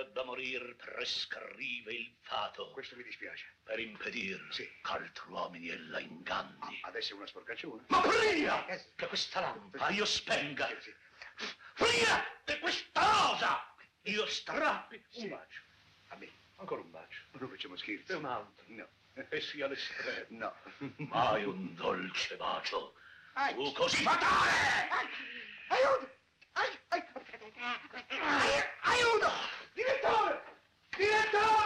debba morir prescrive il fato. Questo mi dispiace. Per impedir sì. Ch'altr'uomini ella inganni. Adesso è una sporcacciona. Ma prima che questa lampa io spenga, Sì. prima che questa rosa io strappi un bacio. A me? Ancora un bacio. Non facciamo scherzi. E un altro. No. E sia l'estremo. No. Mai un dolce bacio. Ai. Fu così fatale! Aiuto! Aiuto! Direttore! Direttore!